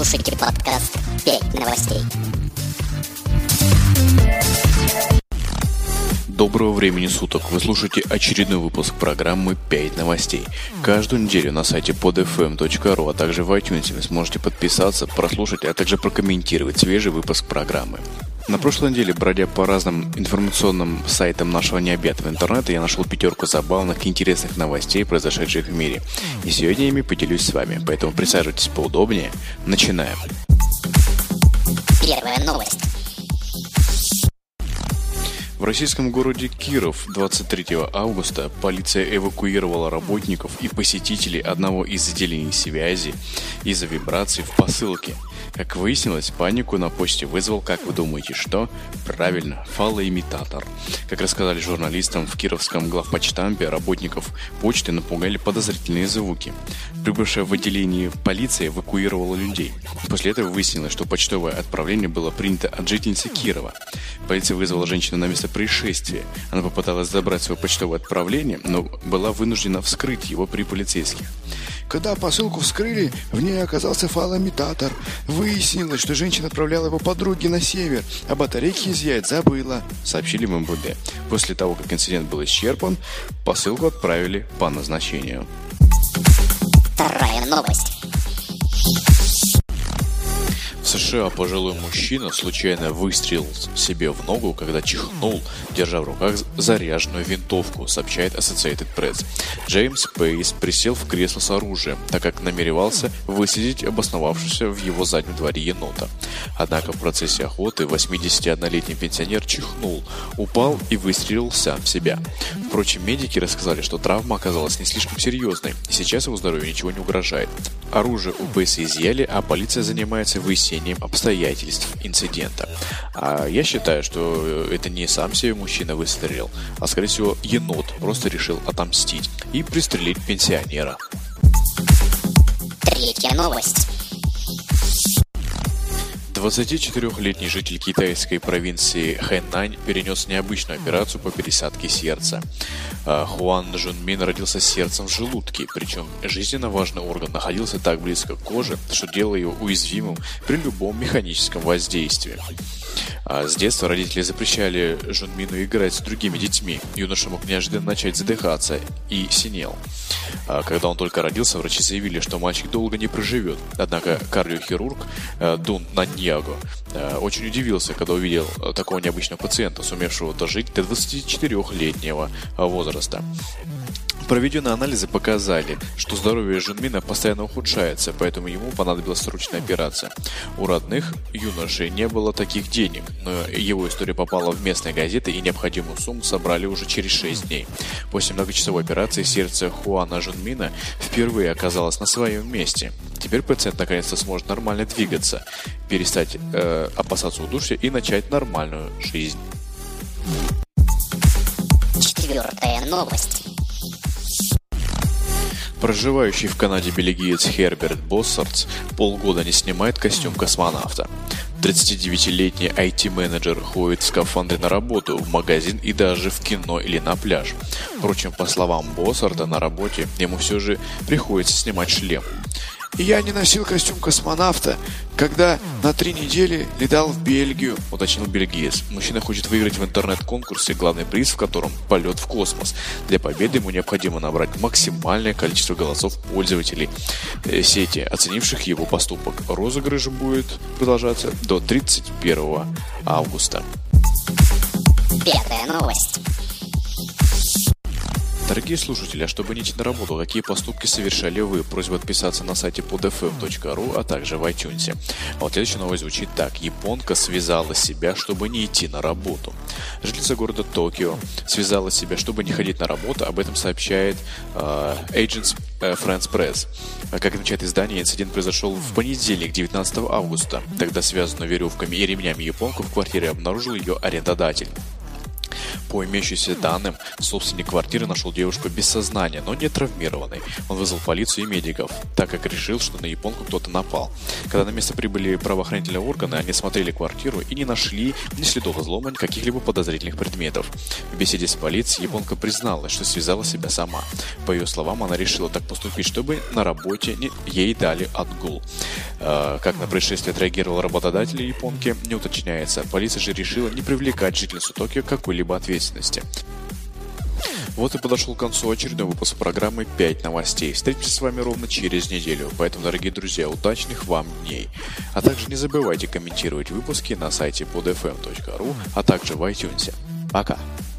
слушаете подкаст «5 новостей». Доброго времени суток! Вы слушаете очередной выпуск программы «5 новостей». Каждую неделю на сайте podfm.ru, а также в iTunes вы сможете подписаться, прослушать, а также прокомментировать свежий выпуск программы. На прошлой неделе, бродя по разным информационным сайтам нашего необъятного интернета, я нашел 5 забавных и интересных новостей, произошедших в мире. И сегодня ими поделюсь с вами, поэтому присаживайтесь поудобнее. Начинаем. Первая новость. В российском городе Киров 23 августа полиция эвакуировала работников и посетителей одного из отделений связи из-за вибраций в посылке. Как выяснилось, панику на почте вызвал, как вы думаете, что? Правильно, фалоимитатор. Как рассказали журналистам в кировском главпочтампе, работников почты напугали подозрительные звуки. Прибывшая в отделение полиция эвакуировала людей. После этого выяснилось, что почтовое отправление было принято от жительницы Кирова. Полиция вызвала женщину на место происшествия. Она попыталась забрать свое почтовое отправление, но была вынуждена вскрыть его при полицейских. Когда посылку вскрыли, в ней оказался фалоимитатор. Выяснилось, что женщина отправляла его подруге на север, а батарейки изъять забыла, сообщили в МВД. После того, как инцидент был исчерпан, посылку отправили по назначению. Вторая новость. В США пожилой мужчина случайно выстрелил себе в ногу, когда чихнул, держа в руках заряженную винтовку, сообщает Associated Press. Джеймс Пейс присел в кресло с оружием, так как намеревался высадить обосновавшегося в его заднем дворе енота. Однако в процессе охоты 81-летний пенсионер чихнул, упал и выстрелил сам в себя. Впрочем, медики рассказали, что травма оказалась не слишком серьезной, и сейчас его здоровью ничего не угрожает. Оружие у Пейса изъяли, а полиция занимается выяснением обстоятельств инцидента. А я считаю, что это не сам себе мужчина выстрелил, а скорее всего енот просто решил отомстить и пристрелить пенсионера. Третья новость. 24-летний житель китайской провинции Хэнань перенес необычную операцию по пересадке сердца. Хуан Жунмин родился с сердцем в желудке, причем жизненно важный орган находился так близко к коже, что делало его уязвимым при любом механическом воздействии. С детства родители запрещали Жунмину играть с другими детьми. Юноша мог неожиданно начать задыхаться и синел. Когда он только родился, врачи заявили, что мальчик долго не проживет. Однако кардиохирург Дун Наньяго очень удивился, когда увидел такого необычного пациента, сумевшего дожить до 24-летнего возраста. Проведенные анализы показали, что здоровье Жунмина постоянно ухудшается, поэтому ему понадобилась срочная операция. У родных юноши не было таких денег, но его история попала в местные газеты и необходимую сумму собрали уже через 6 дней. После многочасовой операции сердце Хуана Жунмина впервые оказалось на своем месте. Теперь пациент наконец-то сможет нормально двигаться, перестать опасаться удушья и начать нормальную жизнь. Четвертая новость. Проживающий в Канаде бельгиец Херберт Боссартс полгода не снимает костюм космонавта. 39-летний IT-менеджер ходит в скафандре на работу, в магазин и даже в кино или на пляж. Впрочем, по словам Боссарта, на работе ему все же приходится снимать шлем. «Я не носил костюм космонавта, когда на 3 недели летал в Бельгию», — уточнил бельгиец. Мужчина хочет выиграть в интернет-конкурсе, главный приз в котором — полет в космос. Для победы ему необходимо набрать максимальное количество голосов пользователей сети, оценивших его поступок. Розыгрыш будет продолжаться до 31 августа. Пятая новость. Дорогие слушатели, а чтобы не идти на работу, какие поступки совершали вы? Просьба отписаться на сайте podfm.ru, а также в iTunes. А вот следующая новость звучит так. Японка связала себя, чтобы не идти на работу. Жительница города Токио связала себя, чтобы не ходить на работу. Об этом сообщает Agence France Press. Как отмечает издание, инцидент произошел в понедельник, 19 августа. Тогда связанную веревками и ремнями японку в квартире обнаружил ее арендодатель. По имеющимся данным, собственник квартиры нашел девушку без сознания, но не травмированной. Он вызвал полицию и медиков, так как решил, что на японку кто-то напал. Когда на место прибыли правоохранительные органы, они смотрели квартиру и не нашли ни следов взлома, ни каких-либо подозрительных предметов. В беседе с полицией японка призналась, что связала себя сама. По ее словам, она решила так поступить, чтобы на работе ей дали отгул. Как на происшествие отреагировал работодатель японки, не уточняется. Полиция же решила не привлекать жительницу Токио к какой-либо ответственности. Вот и подошел к концу очередной выпуск программы «5 новостей». Встретимся с вами ровно через неделю. Поэтому, дорогие друзья, удачных вам дней. А также не забывайте комментировать выпуски на сайте podfm.ru, а также в iTunes. Пока!